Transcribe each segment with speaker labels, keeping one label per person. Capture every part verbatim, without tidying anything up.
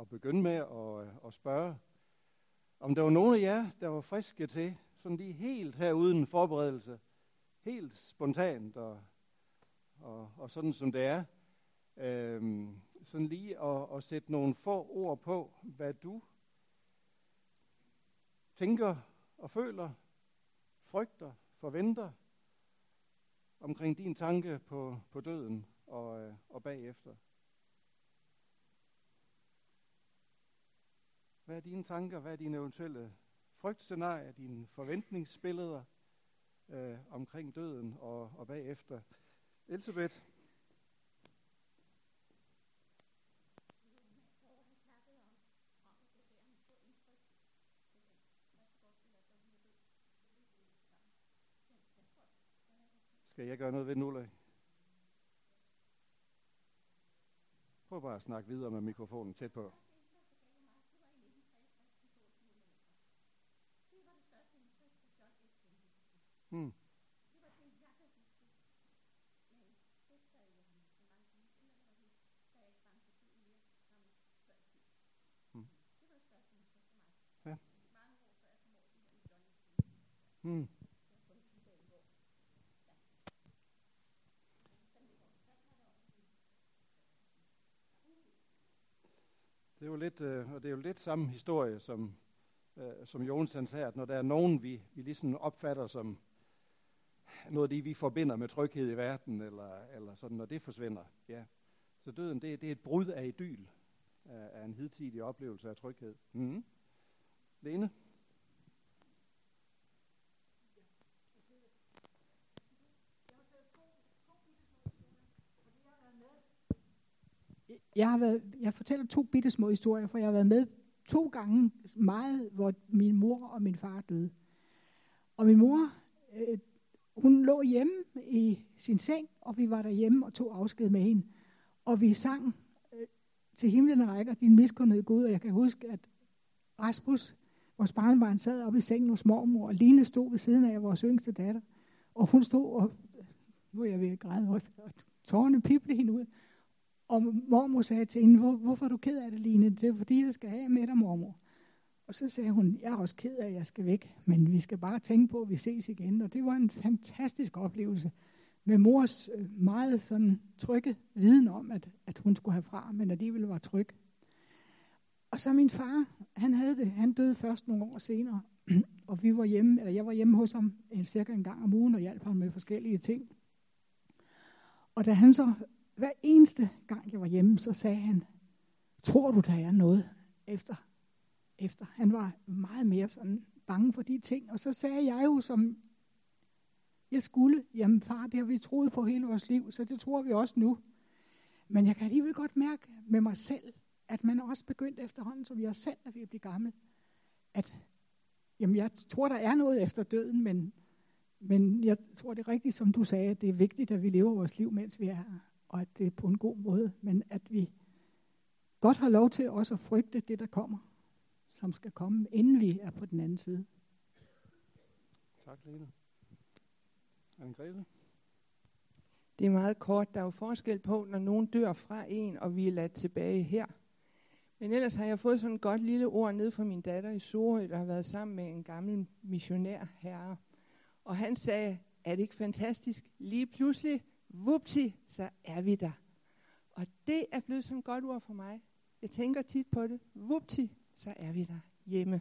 Speaker 1: at begynde med at, at spørge, om der var nogen af jer, der var friske til, sådan lige helt her uden forberedelse, helt spontant og, og, og sådan som det er, øhm, sådan lige at, at sætte nogle få ord på, hvad du tænker og føler, frygter, forventer omkring din tanke på, på døden og, og bagefter. Hvad er dine tanker? Hvad er dine eventuelle frygtscenarier, dine forventningsbilleder øh, omkring døden og, og bagefter? Elisabeth? Skal jeg gøre noget ved den, Ulrik? Prøv bare at snakke videre med mikrofonen tæt på. Hmm. Hmm. Ja. Hmm. Det er jo lidt, øh, og det er jo lidt samme historie som øh, som Jonas her, at når der er nogen vi vi ligesom opfatter som noget af det vi forbinder med tryghed i verden eller eller sådan, når det forsvinder, ja. Så døden det det er et brud af idyl, af, af en hidtidig oplevelse af tryghed. Mhm. Lene?
Speaker 2: Jeg har været, jeg fortæller to bitte små historier, for jeg har været med to gange meget, hvor min mor og min far døde. Og min mor, øh, hun lå hjemme i sin seng, og vi var derhjemme og tog afsked med hende. Og vi sang øh, til himlen rækker din miskundede Gud, og jeg kan huske, at Rasmus, vores barnebarn, sad oppe i sengen hos mormor, og Line stod ved siden af vores yngste datter. Og hun stod, og nu er jeg ved at græde også, og tårerne piblede hende ud. Og mormor sagde til hende, Hvor, hvorfor er du ked af det, Line? Det er fordi, jeg skal have med dig, mormor. Og så sagde hun, jeg er også ked af, at jeg skal væk, men vi skal bare tænke på, at vi ses igen. Og det var en fantastisk oplevelse med mors meget sådan trygge viden om, at, at hun skulle have fra, men alligevel var tryg. Og så min far, han havde det. Han døde først nogle år senere, og vi var hjemme, eller jeg var hjemme hos ham en, cirka en gang om ugen og hjalp ham med forskellige ting. Og da han så hver eneste gang, jeg var hjemme, så sagde han, tror du, der er noget efter? efter? Han var meget mere sådan bange for de ting. Og så sagde jeg jo, som jeg skulle, jamen far, det har vi troet på hele vores liv, så det tror vi også nu. Men jeg kan alligevel godt mærke med mig selv, at man er også begyndt efterhånden, som jeg selv er ved at blive gammel, at jamen, jeg tror, der er noget efter døden, men, men jeg tror, det er rigtigt, som du sagde, at det er vigtigt, at vi lever vores liv, mens vi er her, og at det er på en god måde, men at vi godt har lov til også at frygte det, der kommer, som skal komme, inden vi er på den anden side.
Speaker 1: Tak, Lene. Anne-Grethe?
Speaker 3: Det er meget kort. Der er jo forskel på, når nogen dør fra en, og vi er ladt tilbage her. Men ellers har jeg fået sådan et godt lille ord ned fra min datter i Sorø, der har været sammen med en gammel missionær herre. Og han sagde, er det ikke fantastisk? Lige pludselig, vupti, så er vi der. Og det er blevet sådan et godt ord for mig. Jeg tænker tit på det. Vupti, så er vi der hjemme.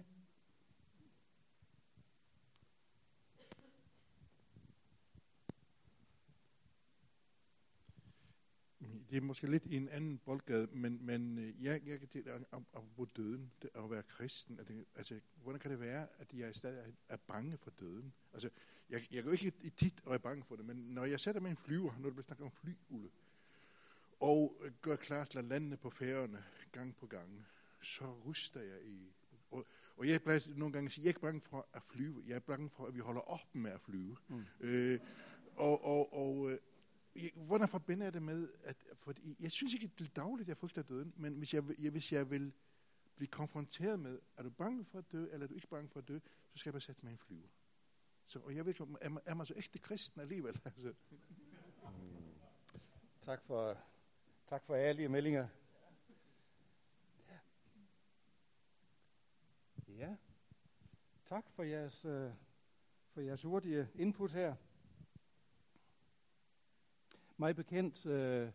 Speaker 4: Det er måske lidt i en anden boldgade, men, men jeg, jeg kan til at på døden, det at være kristen, at det, altså, hvordan kan det være, at jeg stadig er, er bange for døden? Altså, jeg, jeg går ikke i tit og er bange for det, men når jeg sætter mig en flyver, når det bliver snakket om fly, Ulle, og gør klar til at lande på Færøerne gang på gang, så ryster jeg i. Og, og jeg plejer nogle gange at sige, jeg er ikke bange for at flyve, jeg er bange for, at vi holder op med at flyve. Mm. Øh, og og, og hvordan forbinder jeg det med, at for, jeg synes ikke, det er dagligt, jeg frygter døden, men hvis jeg, jeg, hvis jeg vil blive konfronteret med, er du bange for at dø, eller er du ikke bange for at dø, så skal jeg bare sætte mig en flyver. Så, og jeg ved ikke, er man, er man så ægte kristen alligevel? Altså.
Speaker 1: Mm. Tak for, tak for ærlige meldinger. Tak for jeres, øh, for jeres hurtige input her. Mig bekendt øh,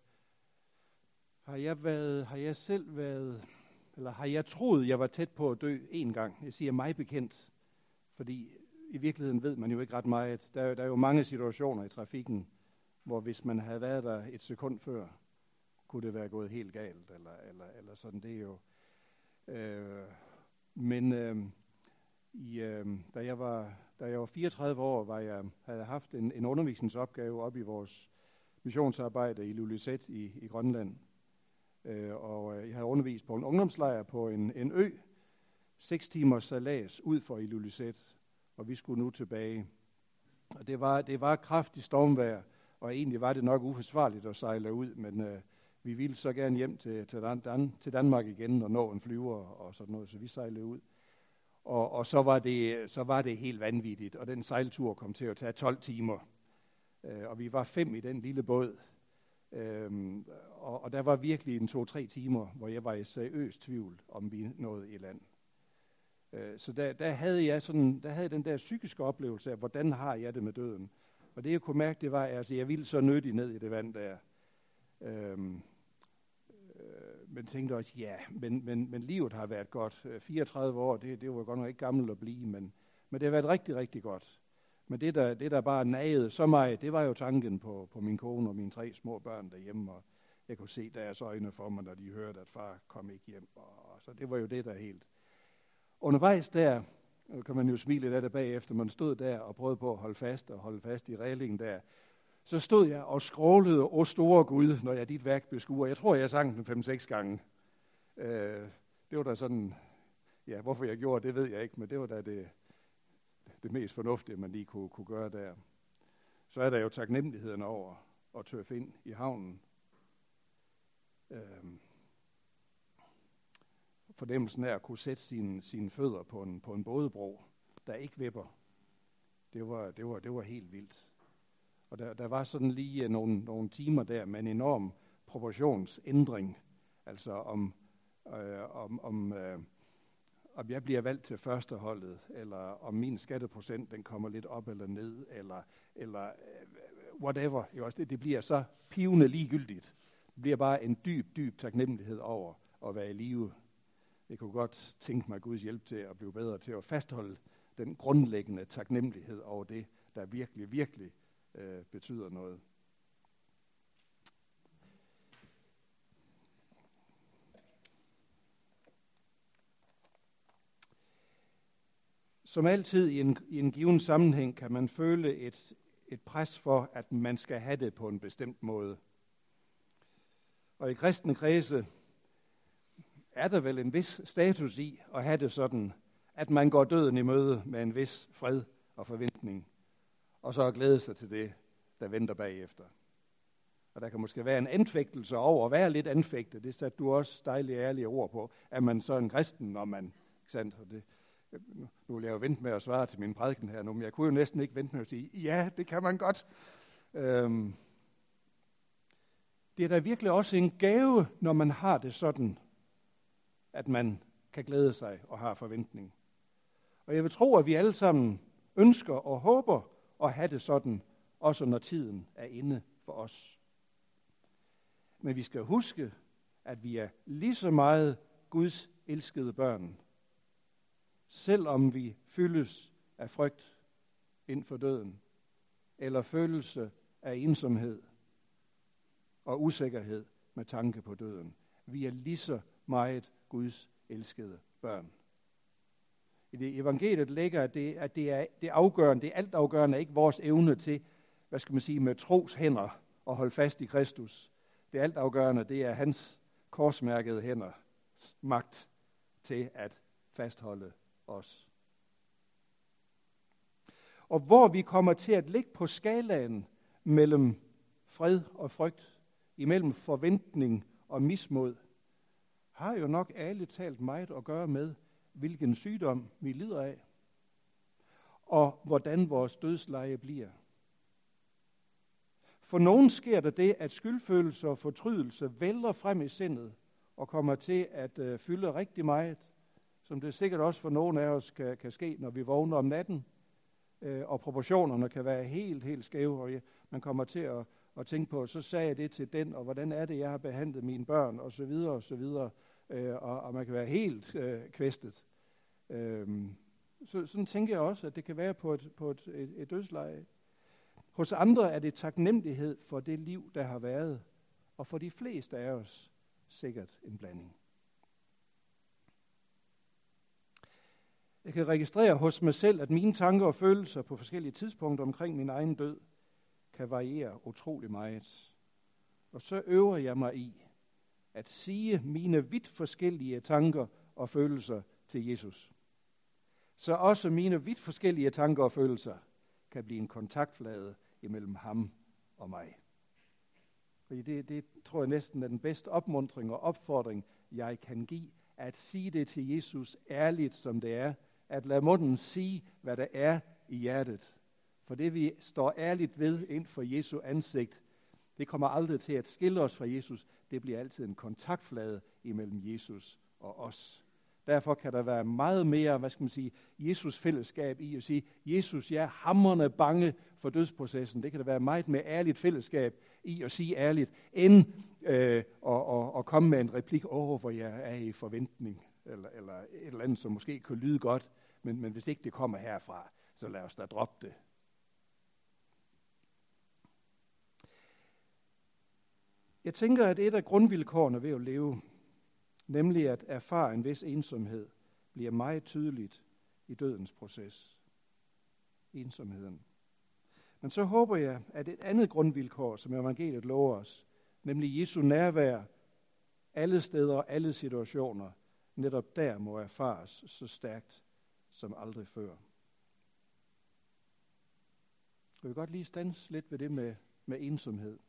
Speaker 1: har jeg været, har jeg selv været, eller har jeg troet, jeg var tæt på at dø en gang. Jeg siger mig bekendt, fordi i virkeligheden ved man jo ikke ret meget. Der er, der er jo mange situationer i trafikken, hvor hvis man havde været der et sekund før, kunne det være gået helt galt, eller, eller, eller sådan. Det er jo. Øh, men øh, i, øh, da jeg var, da jeg var fireogtredive år, var jeg, havde jeg haft en, en undervisningsopgave op i vores missionsarbejde i Ilulissat i, i Grønland. Øh, og jeg havde undervist på en ungdomslejr på en, en ø, seks timers sejlads ud for Ilulissat, og vi skulle nu tilbage. Og det var, det var kraftigt stormvejr, og egentlig var det nok uforsvarligt at sejle ud, men øh, vi ville så gerne hjem til, til, Dan, til Danmark igen og nå en flyver og sådan noget, så vi sejlede ud. Og, og så, var det, så var det helt vanvittigt, og den sejltur kom til at tage tolv timer. Øh, og vi var fem i den lille båd, øh, og, og der var virkelig en to-tre timer, hvor jeg var i seriøs tvivl, om vi nåede i land. Øh, så der, der, havde jeg sådan, der havde jeg den der psykiske oplevelse af, hvordan har jeg det med døden. Og det jeg kunne mærke, det var, at altså, jeg ville så nødig ned i det vand der. Øhm, øh, men tænkte også, ja, men, men, men livet har været godt. fireogtredive år, det, det var godt nok ikke gammelt at blive, men, men det har været rigtig, rigtig godt. Men det der, det, der bare nagede så meget, det var jo tanken på, på min kone og mine tre små børn derhjemme, og jeg kunne se deres øjne for mig, når de hørte, at far kom ikke hjem. Og, og så det var jo det, der helt. Undervejs der, nu kan man jo smile lidt af det bagefter, man stod der og prøvede på at holde fast og holde fast i reglingen der. Så stod jeg og skrålede, o store Gud, når jeg dit værk beskuer. Jeg tror, jeg sang den fem-seks gange. Øh, det var da sådan, ja, hvorfor jeg gjorde det, ved jeg ikke, men det var da det, det mest fornuftige, man lige kunne, kunne gøre der. Så er der jo taknemmeligheden over at tørfe ind i havnen. Øh, fornemmelsen af at kunne sætte sine, sine fødder på en, på en bådebro, der ikke vipper. Det var, det var, det var helt vildt. Og der, der var sådan lige nogle, nogle timer der med en enorm proportionsændring. Altså om, øh, om, om, øh, om jeg bliver valgt til førsteholdet, eller om min skatteprocent den kommer lidt op eller ned, eller, eller øh, whatever. Det, det bliver så pivende ligegyldigt. Det bliver bare en dyb, dyb taknemmelighed over at være i live. Jeg kunne godt tænke mig Guds hjælp til at blive bedre til at fastholde den grundlæggende taknemmelighed over det, der virkelig, virkelig øh, betyder noget. Som altid i en, i en given sammenhæng kan man føle et, et pres for, at man skal have det på en bestemt måde. Og i kristne kredse er der vel en vis status i at have det sådan, at man går døden i møde med en vis fred og forventning, og så glæde sig til det, der venter bagefter. Og der kan måske være en anfægtelse over at være lidt anfægtet. Det satte du også dejlige, ærlige ord på. Er man så en kristen, når man... Ikke sandt? Det, nu vil jeg jo vente med at svare til min prædiken her nu, men jeg kunne jo næsten ikke vente med at sige, ja, det kan man godt. Øhm, det er da virkelig også en gave, når man har det sådan, at man kan glæde sig og har forventning. Og jeg vil tro, at vi alle sammen ønsker og håber at have det sådan, også når tiden er inde for os. Men vi skal huske, at vi er lige så meget Guds elskede børn, selvom vi fyldes af frygt ind for døden, eller følelse af ensomhed og usikkerhed med tanke på døden. Vi er lige så meget Guds elskede børn. I det evangeliet ligger, at det, at det er det afgørende, det er alt afgørende, ikke vores evne til, hvad skal man sige, med tros hænder at holde fast i Kristus. Det alt afgørende, det er hans korsmærkede hænder magt til at fastholde os. Og hvor vi kommer til at ligge på skalaen mellem fred og frygt, imellem forventning og mismod, har jo nok ærligt talt meget at gøre med, hvilken sygdom vi lider af, og hvordan vores dødsleje bliver. For nogen sker der det, at skyldfølelse og fortrydelse vælter frem i sindet og kommer til at øh, fylde rigtig meget, som det sikkert også for nogle af os kan, kan ske, når vi vågner om natten, øh, og proportionerne kan være helt, helt skæve, og man kommer til at, at tænke på, så sagde jeg det til den, og hvordan er det, jeg har behandlet mine børn, og så videre, og så videre, øh, og, og man kan være helt øh, kvæstet. Øh, så, sådan tænker jeg også, at det kan være på et, på et, et, et dødsleje. Hos andre er det taknemmelighed for det liv, der har været, og for de fleste af os sikkert en blanding. Jeg kan registrere hos mig selv, at mine tanker og følelser på forskellige tidspunkter omkring min egen død kan variere utrolig meget. Og så øver jeg mig i at sige mine vidt forskellige tanker og følelser til Jesus. Så også mine vidt forskellige tanker og følelser kan blive en kontaktflade imellem ham og mig. Fordi det, det tror jeg næsten er den bedste opmuntring og opfordring, jeg kan give, at sige det til Jesus ærligt, som det er. At lade munden sige, hvad der er i hjertet. For det, vi står ærligt ved ind for Jesu ansigt, det kommer aldrig til at skille os fra Jesus. Det bliver altid en kontaktflade imellem Jesus og os. Derfor kan der være meget mere, hvad skal man sige, Jesus fællesskab i at sige, Jesus, jeg er hamrende bange for dødsprocessen. Det kan der være meget mere ærligt fællesskab i at sige ærligt, end øh, at, at, at komme med en replik, åh, oh, hvor jeg er i forventning, eller, eller et eller andet, som måske kan lyde godt, men, men hvis ikke det kommer herfra, så lad os da droppe det. Jeg tænker, at et af grundvilkårene ved at leve, nemlig at erfare en vis ensomhed, bliver meget tydeligt i dødens proces. Ensomheden. Men så håber jeg, at et andet grundvilkår, som evangeliet lover os, nemlig Jesu nærvær, alle steder og alle situationer, netop der må erfares så stærkt som aldrig før. Jeg vil godt lige standse lidt ved det med, med ensomhed.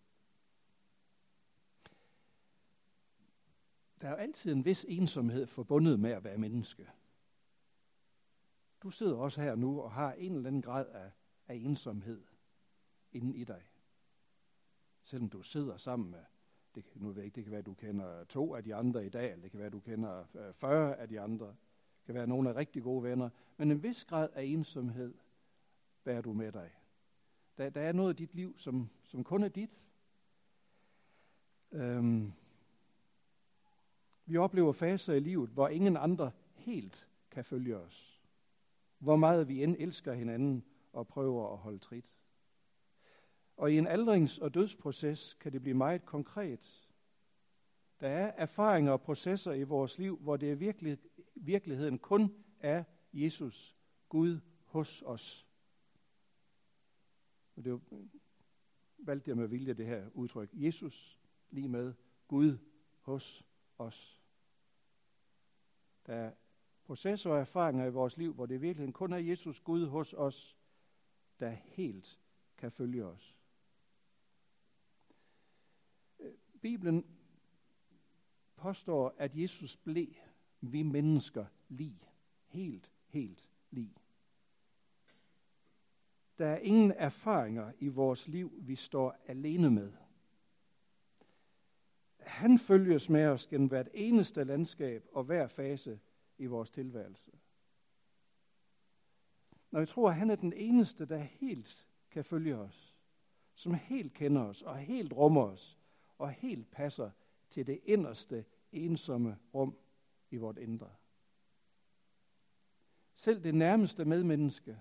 Speaker 1: Der er jo altid en vis ensomhed forbundet med at være menneske. Du sidder også her nu og har en eller anden grad af, af ensomhed inden i dig. Selvom du sidder sammen med, det, nu ved jeg ikke, det kan være, at du kender to af de andre i dag, eller det kan være, at du kender fyrre af de andre. Det kan være nogle af rigtig gode venner. Men en vis grad af ensomhed bærer du med dig. Der, der er noget af dit liv, som, som kun er dit. Øhm, vi oplever faser i livet, hvor ingen andre helt kan følge os. Hvor meget vi end elsker hinanden og prøver at holde trit. Og i en aldrings- og dødsproces kan det blive meget konkret. Der er erfaringer og processer i vores liv, hvor det i virkelig, virkeligheden kun er Jesus, Gud hos os. Og det er jo, valgte jeg med vilje det her udtryk. Jesus lige med Gud hos os. Der er processer og erfaringer i vores liv, hvor det i virkeligheden kun er Jesus, Gud hos os, der helt kan følge os. Bibelen påstår, at Jesus blev vi mennesker lig. Helt, helt lig. Der er ingen erfaringer i vores liv, vi står alene med. Han følges med os gennem hvert eneste landskab og hver fase i vores tilværelse. Når vi tror, at han er den eneste, der helt kan følge os, som helt kender os og helt rummer os, og helt passer til det inderste, ensomme rum i vort indre. Selv det nærmeste medmenneske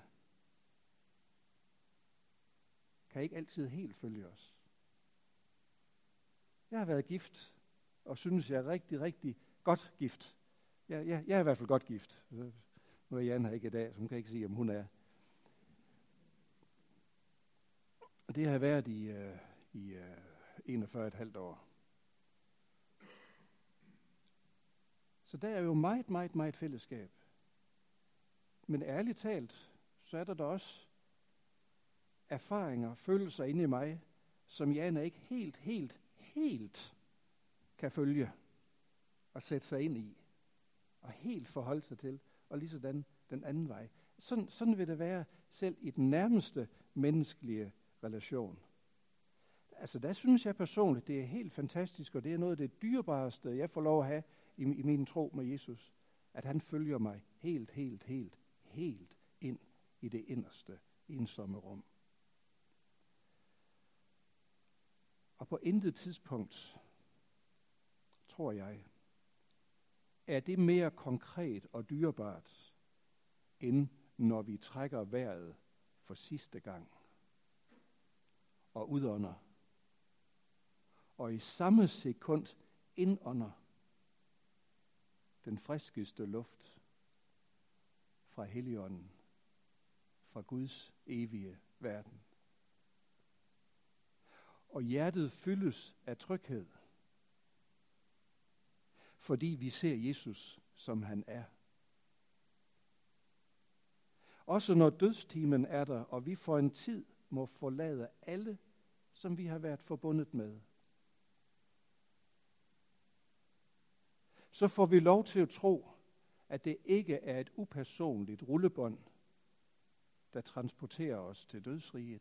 Speaker 1: kan ikke altid helt følge os. Jeg har været gift, og synes, jeg er rigtig, rigtig godt gift. Jeg, jeg, jeg er i hvert fald godt gift. Nu er Jan her ikke i dag, så hun kan ikke sige, om hun er. Og det har jeg været i, uh, i uh, enogfyrre komma fem år. Så der er jo meget, meget, meget fællesskab. Men ærligt talt, så er der da også erfaringer, følelser inde i mig, som Jana ikke helt, helt, helt kan følge og sætte sig ind i. Og helt forholde sig til. Og lige sådan den anden vej. Sådan, sådan vil det være selv i den nærmeste menneskelige relation. Altså der synes jeg personligt, det er helt fantastisk, og det er noget af det dyrebareste, jeg får lov at have i, i min tro med Jesus. at han følger mig helt, helt, helt, helt ind i det inderste, ensomme rum. Og på intet tidspunkt, tror jeg, er det mere konkret og dyrebart, end når vi trækker vejret for sidste gang og udånder. Og i samme sekund indånder den friskeste luft fra Helligånden, fra Guds evige verden. Og hjertet fyldes af tryghed, fordi vi ser Jesus, som han er. Også når dødstimen er der, og vi for en tid må forlade alle, som vi har været forbundet med, så får vi lov til at tro, at det ikke er et upersonligt rullebånd, der transporterer os til dødsriget,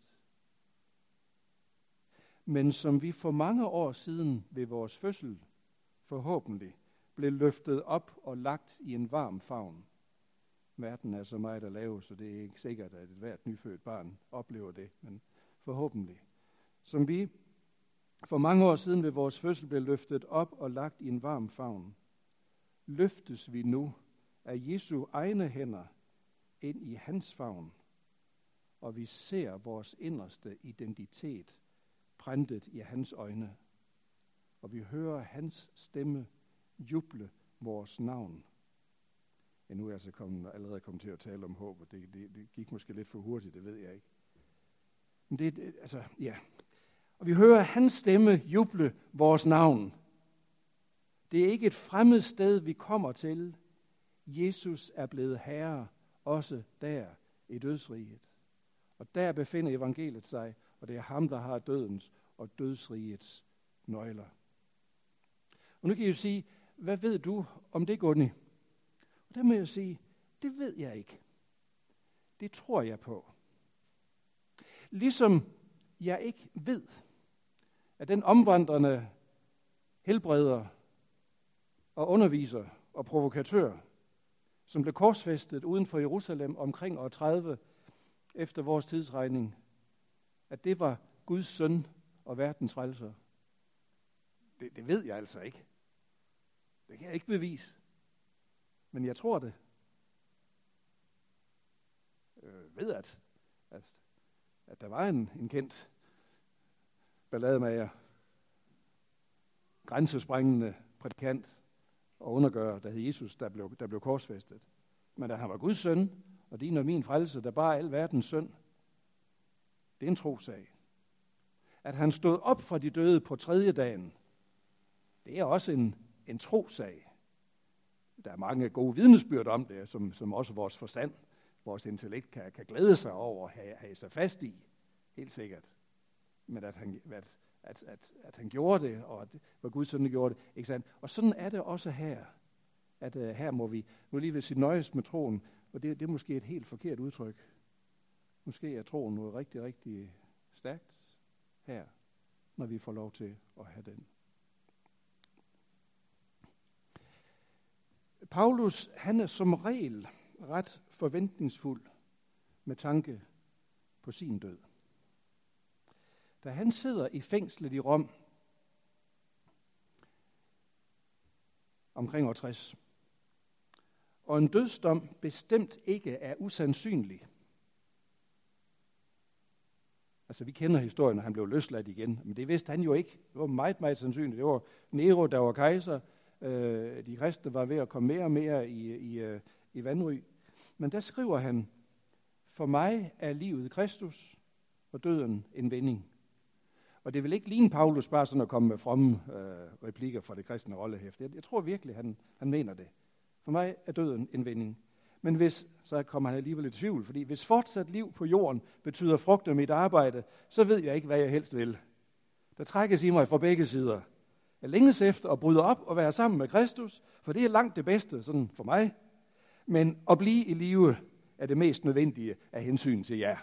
Speaker 1: men som vi for mange år siden ved vores fødsel forhåbentlig blev løftet op og lagt i en varm favn. Verden er så meget at lave, så det er ikke sikkert, at et hvert nyfødt barn oplever det, men forhåbentlig. Som vi for mange år siden ved vores fødsel blev løftet op og lagt i en varm favn, løftes vi nu af Jesu egne hænder ind i hans favn, og vi ser vores inderste identitet præntet i hans øjne, og vi hører hans stemme juble vores navn. Ja, nu er jeg så kommet, allerede kommet til at tale om håb, og det, det, det gik måske lidt for hurtigt, det ved jeg ikke. Men det, det altså, ja. Og vi hører hans stemme juble vores navn. Det er ikke et fremmed sted, vi kommer til. Jesus er blevet herre, også der i dødsriget. Og der befinder evangeliet sig, og det er ham, der har dødens og dødsrigets nøgler. Og nu kan I jo sige, hvad ved du om det, Gunni? Og der må jeg sige, det ved jeg ikke. Det tror jeg på. Ligesom jeg ikke ved, at den omvandrende helbreder og underviser og provokatør, som blev korsfæstet uden for Jerusalem omkring år tredive efter vores tidsregning, at det var Guds søn og verdens frelser. Det, det ved jeg altså ikke. Det kan jeg ikke bevise. Men jeg tror det. Jeg ved, at, at, at der var en, en kendt ballademager, grænsesprængende prædikant og undergører, der hed Jesus, der blev, der blev korsfæstet. Men da han var Guds søn, og din og min frelse, der bar al verdens synd, det er en trosag. At han stod op fra de døde på tredje dagen, det er også en, en trosag. Der er mange gode vidnesbyrd om det, som, som også vores forstand, vores intellekt kan, kan glæde sig over og have, have sig fast i. Helt sikkert. Men at han, at, at, at, at han gjorde det, og at det var Gud, sådan gjorde det. Ikke sandt? Og sådan er det også her. At uh, her må vi nu lige vil sige nøjes med troen, og det, det er måske et helt forkert udtryk. Måske er troen noget rigtig, rigtig stærkt her, når vi får lov til at have den. Paulus, han er som regel ret forventningsfuld med tanke på sin død. Da han sidder i fængslet i Rom omkring år tres, og en dødsdom bestemt ikke er usandsynlig. Altså, vi kender historien, når han blev løsladt igen, men det vidste han jo ikke. Det var meget, meget sandsynligt. Det var Nero, der var kejser. Øh, de kristne var ved at komme mere og mere i, i, i vanry. Men der skriver han, for mig er livet Kristus, og døden en vending. Og det vil ikke ligne Paulus bare sådan at komme med fromme øh, replikker fra det kristne rollehæfte. Jeg, jeg tror virkelig, han, han mener det. For mig er døden en vending. Men hvis, så kommer han alligevel i tvivl, fordi hvis fortsat liv på jorden betyder frugt af mit arbejde, så ved jeg ikke, hvad jeg helst vil. Der trækkes i mig fra begge sider. Jeg længes efter at bryde op og være sammen med Kristus, for det er langt det bedste, sådan for mig. Men at blive i live er det mest nødvendige af hensyn til jer.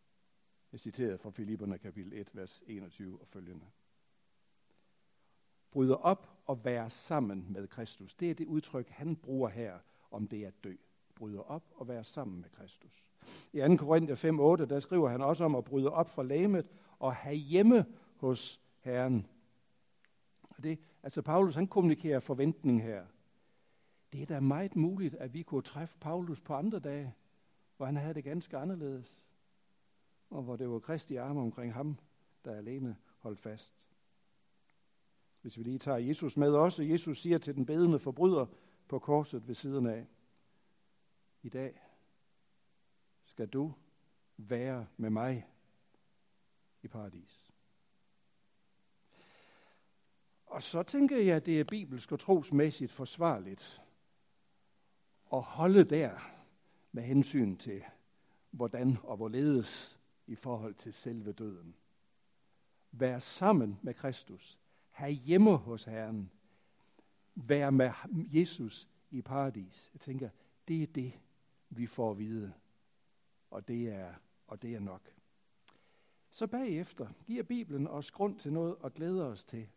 Speaker 1: Jeg citerer fra Filipperne kapitel et, vers enogtyve og følgende. bryder op og være sammen med Kristus. Det er det udtryk, han bruger her om det at dø. Bryder op og være sammen med Kristus. I anden Korinther fem otte, der skriver han også om at bryde op fra legemet og have hjemme hos Herren. Og det, altså Paulus, han kommunikerer forventning her. Det er da meget muligt, at vi kunne træffe Paulus på andre dage, hvor han havde det ganske anderledes, og hvor det var Kristi arme omkring ham, der alene holdt fast. Hvis vi lige tager Jesus med også, Jesus siger til den bedende forbryder på korset ved siden af, i dag skal du være med mig i paradis. Og så tænker jeg, at det er bibelsk og trosmæssigt forsvarligt at holde der med hensyn til, hvordan og hvorledes i forhold til selve døden. Vær sammen med Kristus. Have hjemme hos Herren. Vær med Jesus i paradis. Jeg tænker, det er det, vi får at vide. Og det er, og det er nok. Så bagefter giver Bibelen os grund til noget at glæde os til.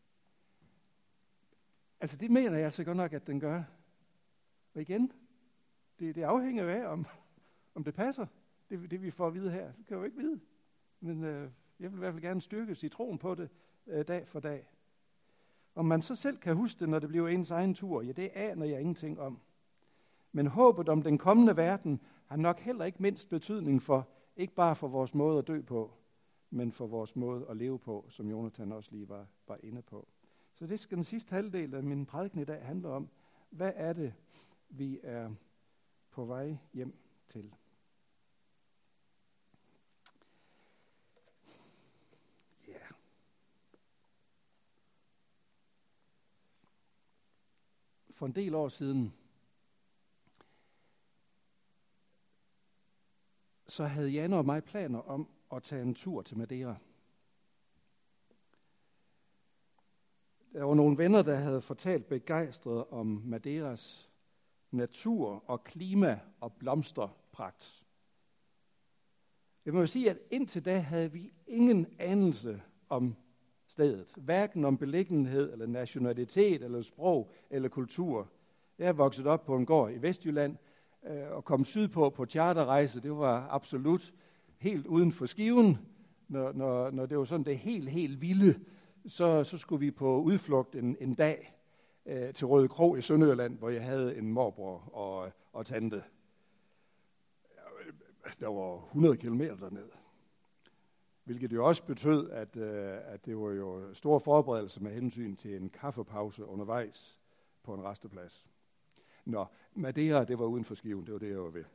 Speaker 1: Altså det mener jeg altså godt nok, at den gør. Og igen, det, det afhænger af, om, om det passer. Det, det vi får at vide her, det kan jeg jo ikke vide. Men øh, jeg vil i hvert fald gerne styrkes i troen på det øh, dag for dag. Om man så selv kan huske det, når det bliver ens egen tur, ja, det aner jeg ingenting om. Men håbet om den kommende verden har nok heller ikke mindst betydning for, ikke bare for vores måde at dø på, men for vores måde at leve på, som Jonathan også lige var, var inde på. Så det skal den sidste halvdel af min prædiken i dag handle om. Hvad er det, vi er på vej hjem til? Ja. Yeah. For en del år siden, så havde Janne og mig planer om at tage en tur til Madeira. Der var nogle venner, der havde fortalt begejstret om Madeiras natur og klima og blomsterpragt. Jeg må jo sige, at indtil da havde vi ingen anelse om stedet. Hverken om beliggenhed, eller nationalitet, eller sprog, eller kultur. Jeg er vokset op på en gård i Vestjylland, og kom sydpå på charterrejse. Det var absolut helt uden for skiven. Når, når, når det var sådan det helt, helt vilde, så, så skulle vi på udflugt en, en dag øh, til Røde Krog i Sønderjylland, hvor jeg havde en morbror og, og tante. Der var hundrede kilometer derned. Hvilket jo også betød, at, øh, at det var jo store forberedelser med hensyn til en kaffepause undervejs på en resteplads. Nå, Madeira, det var uden for skiven, det var det, jeg var ved.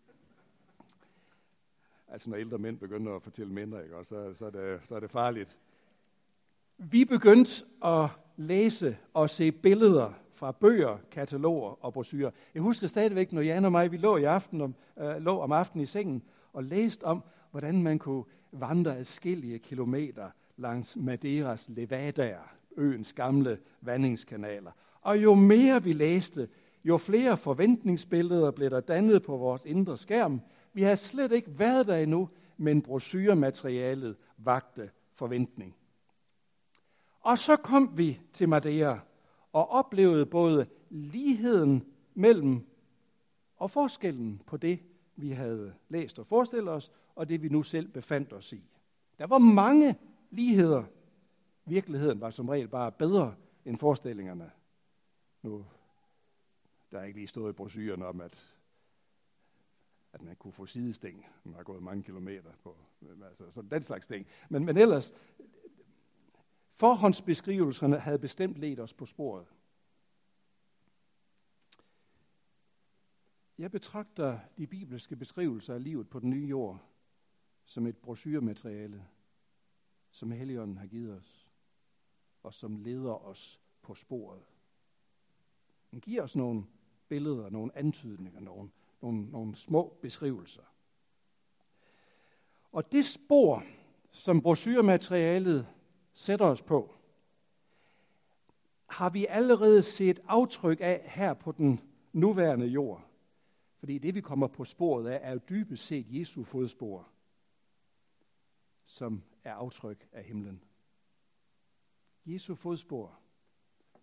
Speaker 1: Altså, når ældre mænd begynder at fortælle mindre, ikke, så, så, er det, så er det farligt. Vi begyndte at læse og se billeder fra bøger, kataloger og brochurer. Jeg husker stadigvæk, når Jan og mig, vi lå, i aften om, øh, lå om aftenen i sengen og læste om, hvordan man kunne vandre adskillige kilometer langs Madeiras levadaer, øens gamle vandingskanaler. Og jo mere vi læste, jo flere forventningsbilleder blev der dannet på vores indre skærm. Vi har slet ikke været der endnu, men brochurematerialet vagte forventning. Og så kom vi til Madeira og oplevede både ligheden mellem og forskellen på det, vi havde læst og forestillet os, og det vi nu selv befandt os i. Der var mange ligheder. Virkeligheden var som regel bare bedre end forestillingerne. Nu der er ikke lige stået i brochuren om, at, at man kunne få sidesting, man har gået mange kilometer på, altså sådan den slags ting. Men, men ellers, forhåndsbeskrivelserne havde bestemt ledt os på sporet. Jeg betragter de bibelske beskrivelser af livet på den nye jord som et brochuremateriale, som Helligånden har givet os, og som leder os på sporet. Den giver os nogle billeder, nogle antydninger, nogle, nogle, nogle små beskrivelser. Og det spor, som brochurematerialet sætter os på, har vi allerede set aftryk af her på den nuværende jord. Fordi det, vi kommer på sporet af, er jo dybest set Jesu fodspor, som er aftryk af himlen. Jesu fodspor,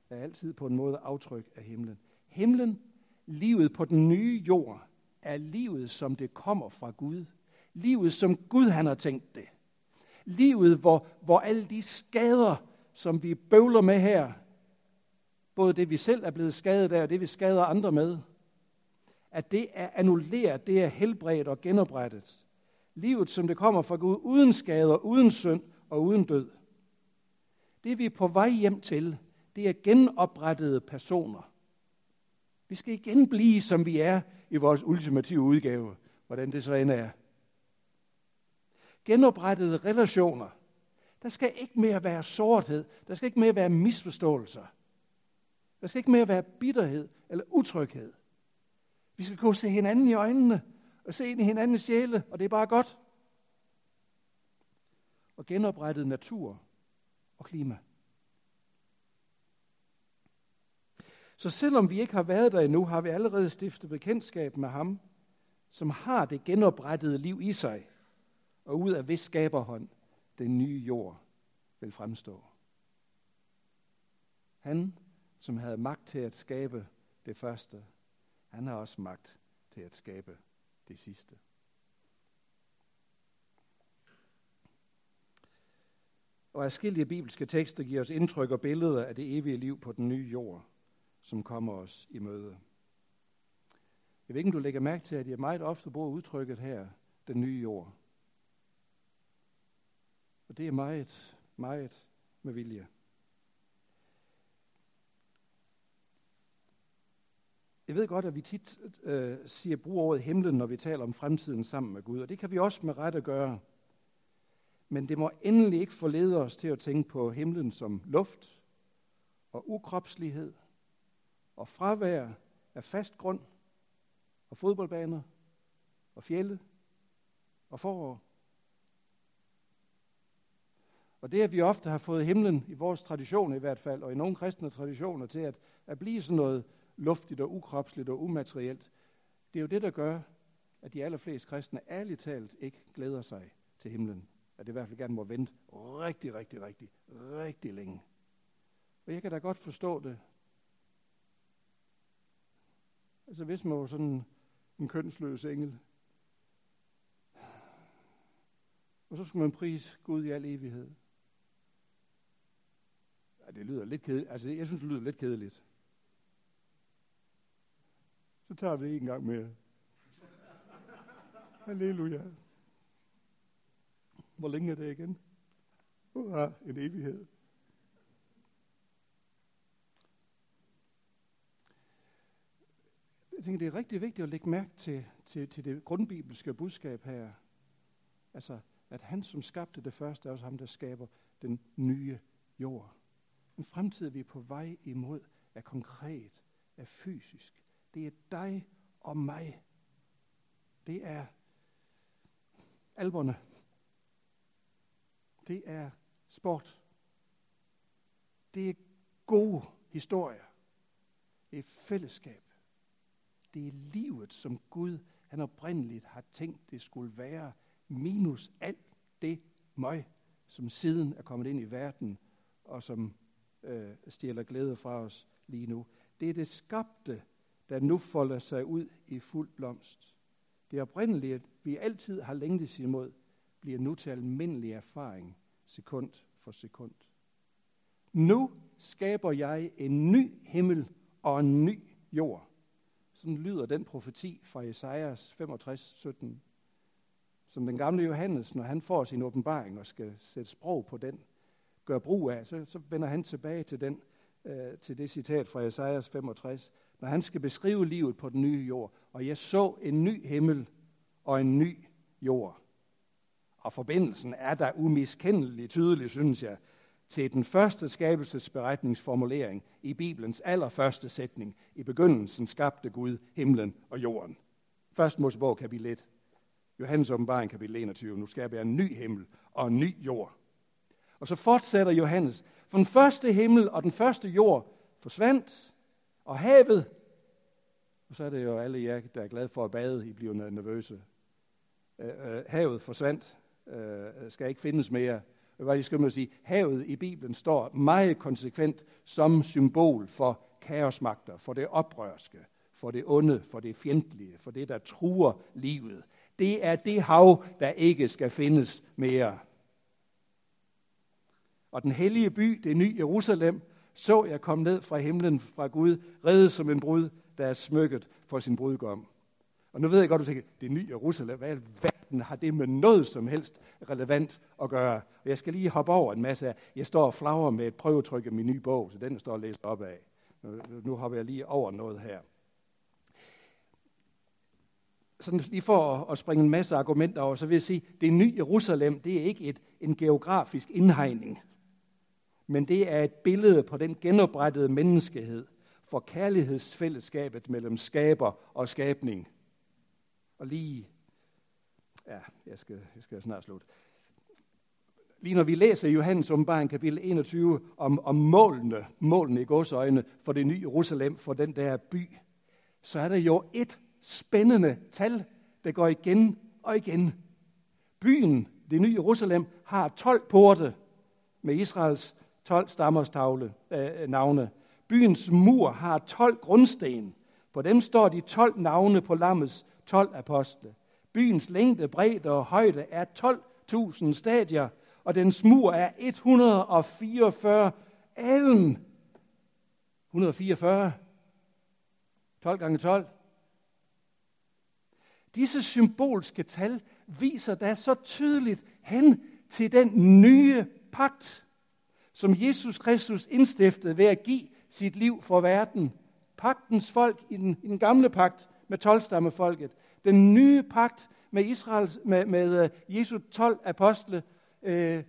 Speaker 1: er altid på en måde aftryk af himlen. Himlen, livet på den nye jord, er livet, som det kommer fra Gud. Livet, som Gud han har tænkt det. Livet, hvor, hvor alle de skader, som vi bøvler med her, både det, vi selv er blevet skadet af, og det, vi skader andre med, at det er annulleret, det er helbredt og genoprettet. Livet, som det kommer fra Gud, uden skader, uden synd og uden død. Det, vi er på vej hjem til, det er genoprettede personer. Vi skal igen blive, som vi er i vores ultimative udgave, hvordan det så end er. Genoprettede relationer. Der skal ikke mere være sårhed. Der skal ikke mere være misforståelser. Der skal ikke mere være bitterhed eller utryghed. Vi skal kunne se hinanden i øjnene og se ind i hinandens sjæle, og det er bare godt. Og genoprettet natur og klima. Så selvom vi ikke har været der endnu, har vi allerede stiftet bekendtskab med ham, som har det genoprettede liv i sig, og ud af hvis skaberhånd den nye jord vil fremstå. Han, som havde magt til at skabe det første, han har også magt til at skabe det sidste. Og adskillige bibelske tekster giver os indtryk og billeder af det evige liv på den nye jord, som kommer os i møde. Jeg ved ikke, om du lægger mærke til, at jeg meget ofte bruger udtrykket her, den nye jord. Og det er meget, meget med vilje. Jeg ved godt, at vi tit øh, siger brug ordet himlen, når vi taler om fremtiden sammen med Gud, og det kan vi også med rette gøre. Men det må endelig ikke forlede os til at tænke på himlen som luft og ukropslighed og fravær af fast grund og fodboldbaner og fjelde og forår. Og det, at vi ofte har fået himlen i vores tradition i hvert fald, og i nogle kristne traditioner til at, at blive sådan noget luftigt og ukropsligt og umaterielt, det er jo det, der gør, at de allerfleste kristne ærligt talt ikke glæder sig til himlen. At det i hvert fald gerne må vente rigtig, rigtig, rigtig, rigtig længe. Og jeg kan da godt forstå det. Altså hvis man var sådan en kønsløs engel, og så skulle man prise Gud i al evighed. Ja, det lyder lidt kedeligt. Altså jeg synes, det lyder lidt kedeligt. Så tager vi det en gang mere. Halleluja. Hvor længe er det igen? Uh, en evighed. Jeg tænker, det er rigtig vigtigt at lægge mærke til, til, til det grundbibelske budskab her. Altså, at han, som skabte det første, er også ham, der skaber den nye jord. En fremtid, vi er på vej imod, er konkret, er fysisk. Det er dig og mig. Det er alberne. Det er sport. Det er gode historier. Det er fællesskab. Det er livet, som Gud han oprindeligt har tænkt, det skulle være, minus alt det møg, som siden er kommet ind i verden, og som øh, stjæler glæde fra os lige nu. Det er det skabte, der nu folder sig ud i fuld blomst. Det oprindelige, vi altid har længtes imod, bliver nu til almindelig erfaring, sekund for sekund. Nu skaber jeg en ny himmel og en ny jord. Sådan lyder den profeti fra Esajas femogtres sytten, som den gamle Johannes, når han får sin åbenbaring og skal sætte sprog på den, gør brug af, så, så vender han tilbage til, den, øh, til det citat fra Esajas femogtres, når han skal beskrive livet på den nye jord. Og jeg så en ny himmel og en ny jord. Og forbindelsen er der umiskendelig tydelig, synes jeg, til den første skabelsesberetningsformulering i Bibelens allerførste sætning. I begyndelsen skabte Gud himlen og jorden. Første Mosebog kapitel et. Johannes åbenbaring kapitel enogtyve. Nu skaber jeg en ny himmel og en ny jord. Og så fortsætter Johannes. For den første himmel og den første jord forsvandt, og havet, og så er det jo alle jer, der er glade for at bade, I bliver nervøse. Øh, øh, havet forsvandt, øh, skal ikke findes mere, hvad jeg skal man sige, havet i Bibelen står meget konsekvent som symbol for kaosmagter, for det oprørske, for det onde, for det fjendtlige, for det, der truer livet. Det er det hav, der ikke skal findes mere. Og den hellige by, det nye Jerusalem, så jeg komme ned fra himlen fra Gud, reddet som en brud, der er smykket for sin brudgom. Og nu ved jeg godt, du tænker, det nye Jerusalem, hvad i verden har det med noget som helst relevant at gøre? Og jeg skal lige hoppe over en masse af. Jeg står og flagrer med et prøvetryk af min nye bog, så den står læst op af. Nu hopper jeg lige over noget her. Sådan lige for at, at springe en masse argumenter over, så vil jeg sige, at det nye Jerusalem, det er ikke et, en geografisk indhegning, men det er et billede på den genoprettede menneskehed for kærlighedsfællesskabet mellem skaber og skabning. Og lige, ja, jeg skal, jeg skal snart slutte. Lige når vi læser i Johannes åbenbaring kapitel enogtyve om, om målene, målene i gåseøjne for det nye Jerusalem, for den der by, så er der jo et spændende tal, der går igen og igen. Byen, det nye Jerusalem, har tolv porte med Israels tolv stammers tavle, øh, navne. Byens mur har tolv grundsten. På dem står de tolv navne på lammets tolv apostle. Byens længde, bredde og højde er tolv tusind stadier, og dens mur er et hundrede og fireogfyrre alen. et hundrede og fireogfyrre. tolv gange tolv. Disse symbolske tal viser da så tydeligt hen til den nye pagt, som Jesus Kristus indstiftede ved at give sit liv for verden. Pagtens folk i den, i den gamle pagt med tolv-stammefolket. Den nye pagt med Israels, med, med Jesu tolv apostle. Øh,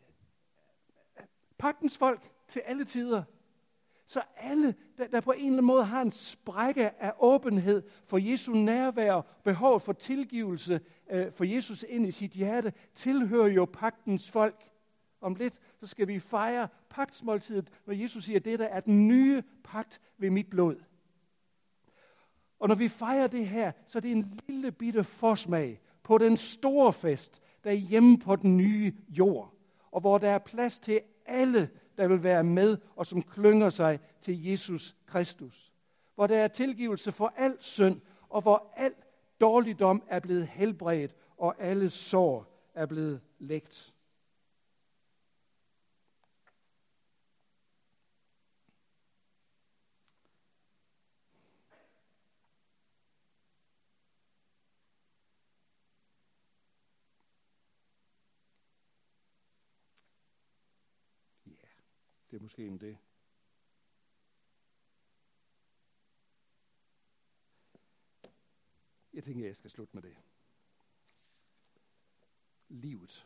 Speaker 1: pagtens folk til alle tider. Så alle, der, der på en eller anden måde har en sprække af åbenhed for Jesu nærvær, behov for tilgivelse øh, for Jesus ind i sit hjerte, tilhører jo pagtens folk. Om lidt, så skal vi fejre pagtsmåltidet, når Jesus siger, at det der er den nye pagt ved mit blod. Og når vi fejrer det her, så er det en lille bitte forsmag på den store fest, der er hjemme på den nye jord, og hvor der er plads til alle, der vil være med, og som klynger sig til Jesus Kristus. Hvor der er tilgivelse for al synd, og hvor al dårligdom er blevet helbredt, og alle sår er blevet lægt. Det er måske en det. Jeg tænker, jeg skal slutte med det. Livet.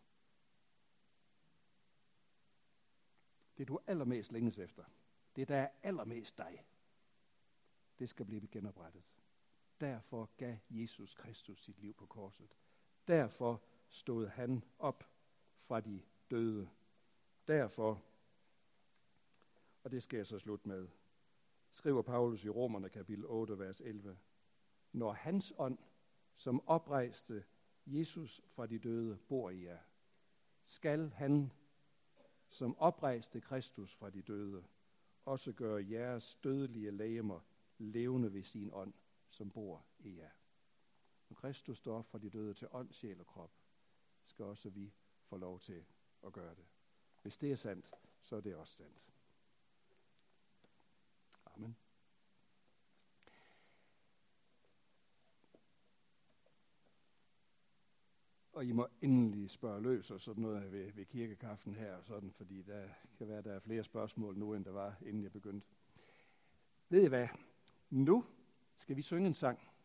Speaker 1: Det du allermest længes efter. Det der er allermest dig. Det skal blive genoprettet. Derfor gav Jesus Kristus sit liv på korset. Derfor stod han op fra de døde. Derfor, og det skal jeg så slutte med, skriver Paulus i Romerne kapitel otte, vers elleve. Når hans ånd, som oprejste Jesus fra de døde, bor i jer, skal han, som oprejste Kristus fra de døde, også gøre jeres dødelige legemer levende ved sin ånd, som bor i jer. Når Kristus står op fra de døde til ånd, sjæl og krop, skal også vi få lov til at gøre det. Hvis det er sandt, så er det også sandt. Amen. Og I må endelig spørge løs og sådan noget ved, ved kirkekaffen her, og sådan, fordi der kan være, der er flere spørgsmål nu, end der var, inden jeg begyndte. Ved I hvad? Nu skal vi synge en sang.